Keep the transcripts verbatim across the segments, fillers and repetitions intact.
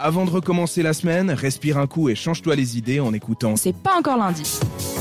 Avant de recommencer la semaine, respire un coup et change-toi les idées en écoutant. C'est pas encore lundi.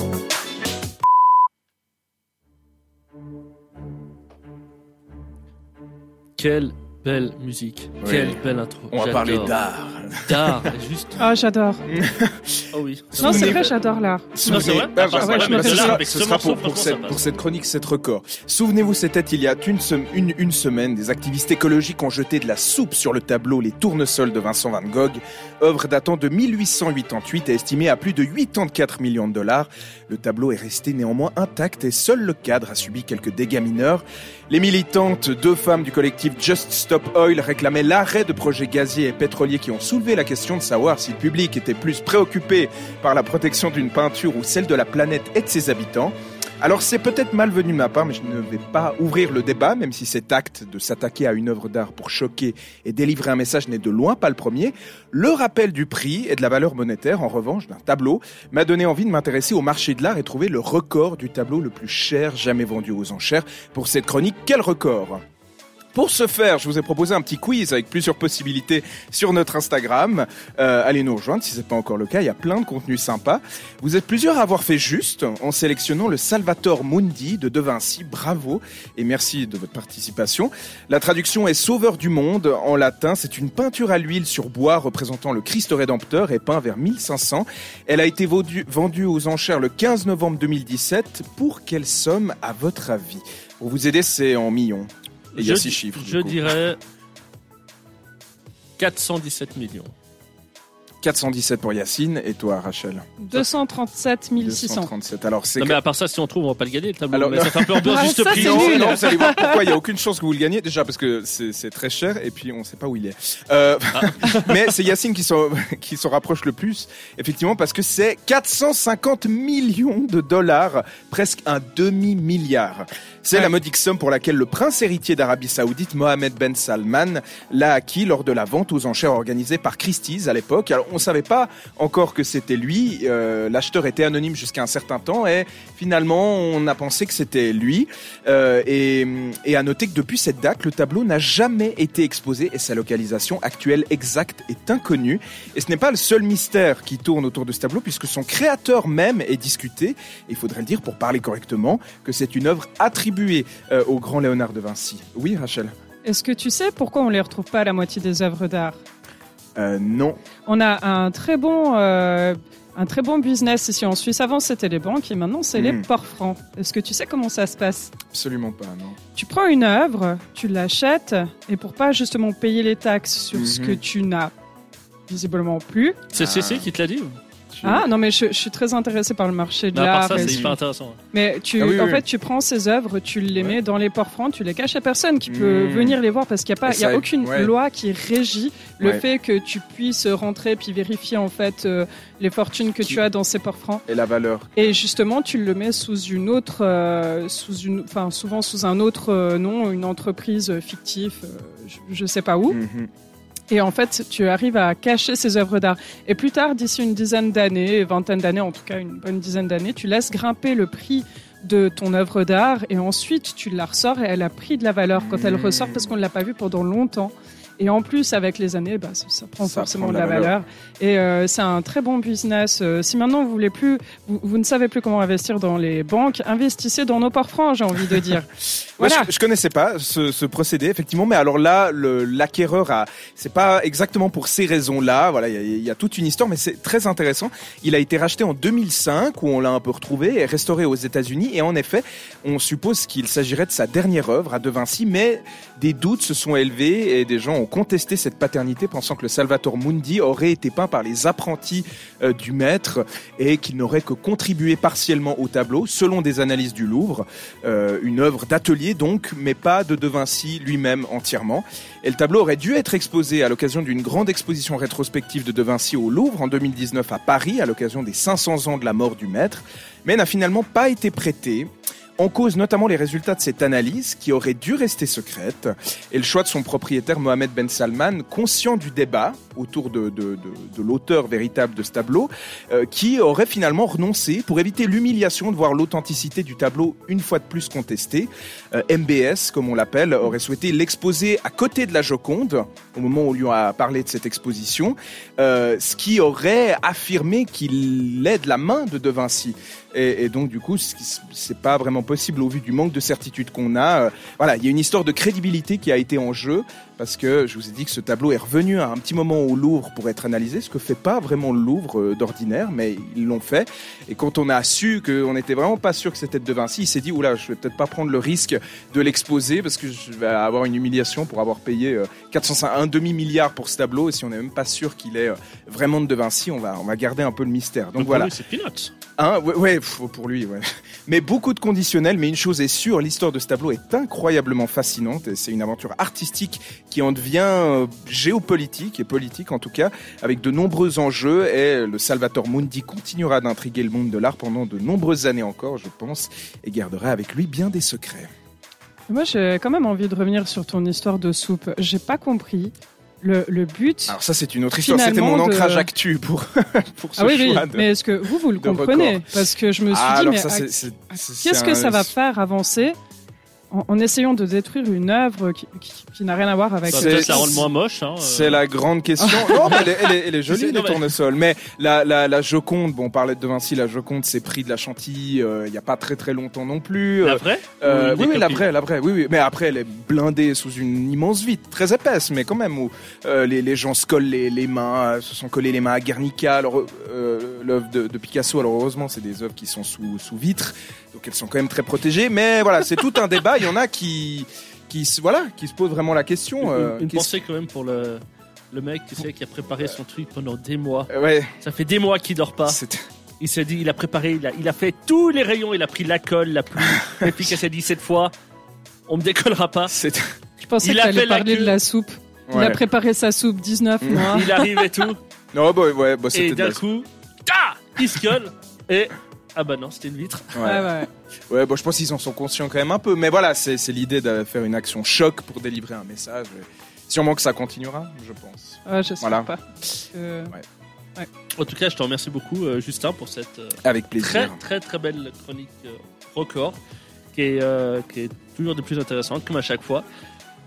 Quelle belle musique, oui. Quelle belle intro. On va j'adore. parler d'art. D'art, juste. Ah, oh, j'adore. Oh oui. Non, c'est vrai, j'adore l'art. Non, c'est vrai. Ah, ah, ouais, ouais, ce sera, avec ce ce sera morceau, pour, pour, cette, pour cette chronique, cette record. Souvenez-vous, c'était il y a une, une, une semaine, des activistes écologiques ont jeté de la soupe sur le tableau Les Tournesols de Vincent Van Gogh, œuvre datant de mille huit cent quatre-vingt-huit et estimée à plus de quatre-vingt-quatre millions de dollars. Le tableau est resté néanmoins intact et seul le cadre a subi quelques dégâts mineurs. Les militantes, deux femmes du collectif Just Stop Oil, réclamaient l'arrêt de projets gaziers et pétroliers qui ont soulevé la question de savoir si le public était plus préoccupé par la protection d'une peinture ou celle de la planète et de ses habitants. Alors c'est peut-être malvenu de ma part, mais je ne vais pas ouvrir le débat, même si cet acte de s'attaquer à une œuvre d'art pour choquer et délivrer un message n'est de loin pas le premier. Le rappel du prix et de la valeur monétaire, en revanche, d'un tableau, m'a donné envie de m'intéresser au marché de l'art et trouver le record du tableau le plus cher jamais vendu aux enchères. Pour cette chronique, quel record ? Pour ce faire, je vous ai proposé un petit quiz avec plusieurs possibilités sur notre Instagram. Euh, allez nous rejoindre si ce n'est pas encore le cas, il y a plein de contenus sympas. Vous êtes plusieurs à avoir fait juste en sélectionnant le Salvator Mundi de De Vinci. Bravo et merci de votre participation. La traduction est Sauveur du monde en latin. C'est une peinture à l'huile sur bois représentant le Christ rédempteur et peint vers mille cinq cents. Elle a été vendue, vendue aux enchères le quinze novembre deux mille dix-sept. Pour quelle somme à votre avis ? Pour vous aider, c'est en millions. Et il y a six chiffres. Je dirais quatre cent dix-sept millions. quatre cent dix-sept pour Yacine. Et toi, Rachel ? deux cent trente-sept mille six cents. deux cent trente-sept. Alors, c'est non, que... mais à part ça, si on trouve, on va pas le gagner, le tableau. Alors, mais ça fait un peu ambiance ah, juste ça, prix. Non, nul. non, vous allez voir pourquoi il n'y a aucune chance que vous le gagnez. Déjà parce que c'est, c'est très cher et puis on ne sait pas où il est. Euh, ah. Mais c'est Yacine qui s'en, qui s'en rapproche le plus. Effectivement, parce que c'est quatre cent cinquante millions de dollars, presque un demi-milliard. C'est ouais. La modique somme pour laquelle le prince héritier d'Arabie Saoudite, Mohammed Ben Salman, l'a acquis lors de la vente aux enchères organisée par Christie's à l'époque. Alors, on ne savait pas encore que c'était lui. Euh, l'acheteur était anonyme jusqu'à un certain temps et finalement, on a pensé que c'était lui. Euh, et, et à noter que depuis cette date, le tableau n'a jamais été exposé et sa localisation actuelle exacte est inconnue. Et ce n'est pas le seul mystère qui tourne autour de ce tableau puisque son créateur même est discuté. Il faudrait le dire pour parler correctement que c'est une œuvre attribuée Euh, au grand Léonard de Vinci. Oui, Rachel ? Est-ce que tu sais pourquoi on ne les retrouve pas à la moitié des œuvres d'art ? euh, Non. On a un très bon, euh, un très bon business ici en Suisse. Avant, c'était les banques et maintenant, c'est mmh. les ports francs. Est-ce que tu sais comment ça se passe ? Absolument pas, non. Tu prends une œuvre, tu l'achètes et pour pas justement payer les taxes sur mmh. ce que tu n'as visiblement plus... C'est C C ah. qui te l'a dit ou ? Ah non mais je, je suis très intéressée par le marché de non, l'art. À part ça, c'est tu... hyper intéressant. Mais tu, ah, oui, en oui. fait, tu prends ces œuvres, tu les mets ouais. dans les ports francs, tu les caches à personne qui peut mmh. venir les voir parce qu'il n'y a pas, il y a aucune ouais. loi qui régit le ouais. fait que tu puisses rentrer puis vérifier en fait euh, les fortunes que qui... tu as dans ces ports francs. Et la valeur. Et justement, tu le mets sous une autre, euh, sous une, enfin souvent sous un autre euh, nom, une entreprise fictive, euh, je, je sais pas où. Mmh. Et en fait, tu arrives à cacher ces œuvres d'art. Et plus tard, d'ici une dizaine d'années, vingtaine d'années, en tout cas une bonne dizaine d'années, tu laisses grimper le prix de ton œuvre d'art et ensuite tu la ressors et elle a pris de la valeur quand elle ressort parce qu'on ne l'a pas vue pendant longtemps. Et en plus, avec les années, bah, ça, ça prend ça forcément prend de la, la valeur. valeur. Et euh, c'est un très bon business. Euh, si maintenant vous voulez plus, vous, vous ne savez plus comment investir dans les banques, investissez dans nos ports francs, j'ai envie de dire. Voilà. Moi, je, je connaissais pas ce, ce procédé, effectivement, mais alors là, le, l'acquéreur a, c'est pas exactement pour ces raisons-là. Voilà, il y a, il y a toute une histoire, mais c'est très intéressant. Il a été racheté en deux mille cinq, où on l'a un peu retrouvé et restauré aux États-Unis. Et en effet, on suppose qu'il s'agirait de sa dernière œuvre à De Vinci, mais des doutes se sont élevés et des gens ont contesté cette paternité, pensant que le Salvator Mundi aurait été peint par les apprentis euh, du maître et qu'il n'aurait que contribué partiellement au tableau, selon des analyses du Louvre. Euh, une œuvre d'atelier donc, mais pas de De Vinci lui-même entièrement. Et le tableau aurait dû être exposé à l'occasion d'une grande exposition rétrospective de De Vinci au Louvre en deux mille dix-neuf à Paris, à l'occasion des cinq cents ans de la mort du maître, mais n'a finalement pas été prêté. En cause notamment les résultats de cette analyse qui aurait dû rester secrète et le choix de son propriétaire Mohamed Ben Salman, conscient du débat autour de, de, de, de l'auteur véritable de ce tableau, euh, qui aurait finalement renoncé pour éviter l'humiliation de voir l'authenticité du tableau une fois de plus contestée. Euh, M B S, comme on l'appelle, aurait souhaité l'exposer à côté de la Joconde au moment où on lui a parlé de cette exposition, euh, ce qui aurait affirmé qu'il est de la main de De Vinci. Et, et donc du coup, c'est pas vraiment possible au vu du manque de certitude qu'on a. Euh, voilà, il y a une histoire de crédibilité qui a été en jeu parce que je vous ai dit que ce tableau est revenu à un petit moment au Louvre pour être analysé, ce que fait pas vraiment le Louvre euh, d'ordinaire, mais ils l'ont fait. Et quand on a su qu'on n'était vraiment pas sûr que c'était de De Vinci, il s'est dit oula, je vais peut-être pas prendre le risque de l'exposer parce que je vais avoir une humiliation pour avoir payé euh, quatre cent cinq, un demi milliard pour ce tableau. Et si on n'est même pas sûr qu'il est euh, vraiment de De Vinci, on va on va garder un peu le mystère. Donc, Donc voilà. Lui, c'est peanuts. Hein, ouais, ouais pff, pour lui, ouais. Mais beaucoup de conditionnels, mais une chose est sûre, l'histoire de ce tableau est incroyablement fascinante et c'est une aventure artistique qui en devient euh, géopolitique et politique en tout cas, avec de nombreux enjeux et le Salvator Mundi continuera d'intriguer le monde de l'art pendant de nombreuses années encore, je pense, et gardera avec lui bien des secrets. Moi, j'ai quand même envie de revenir sur ton histoire de soupe. J'ai pas compris. Le, le but. Alors ça c'est une autre histoire. C'était mon ancrage de... actu pour pour ce ah oui, choix. Oui, de, mais est-ce que vous vous le comprenez record. Parce que je me suis ah, dit mais ça, à... c'est, c'est, c'est, qu'est-ce c'est que un... ça va faire avancer en, en essayant de détruire une œuvre qui, qui, qui n'a rien à voir avec. Ça peut-être la rendre moins moche. Hein, euh... C'est la grande question. non, mais elle est, elle est, elle est jolie les tournesols. Mais la la la Joconde, bon, on parlait de De Vinci, la Joconde, c'est pris de la Chantilly. Il euh, y a pas très très longtemps non plus. La vraie euh, Oui, oui, la vraie, la vraie. Oui, oui. Mais après, elle est blindée sous une immense vitre, très épaisse, mais quand même où euh, les les gens se collent les les mains, se sont collés les mains à Guernica. Alors euh, l'œuvre de, de Picasso, alors heureusement, c'est des œuvres qui sont sous sous vitre, donc elles sont quand même très protégées. Mais voilà, c'est tout un débat. Il y en a qui qui se voilà, qui se posent vraiment la question. Une, euh, une pensée se... quand même pour le le mec, tu sais, qui a préparé son truc pendant des mois. Ouais. Ça fait des mois qu'il dort pas. C'est... Il s'est dit, il a préparé, il a, il a fait tous les rayons, il a pris la colle, la pluie. Et puis, il s'est dit cette fois, on me décollera pas. C'est... Je pensais qu'il allait parler de la soupe. Ouais. Il a préparé sa soupe dix-neuf mois. Il arrive et tout. Non, bah, ouais, bah, c'était et d'un coup, ah, il se colle. Et ah bah non, c'était une vitre. Ouais, ouais. ouais. ouais bon, je pense qu'ils en sont conscients quand même un peu. Mais voilà, c'est, c'est l'idée de faire une action choc pour délivrer un message. Sûrement que ça continuera, je pense. Ouais, j'espère voilà. pas. Euh... Ouais. Ouais. En tout cas, je te remercie beaucoup, euh, Justin, pour cette euh, Avec plaisir. très très très belle chronique euh, record, qui est, euh, qui est toujours de plus intéressante, comme à chaque fois.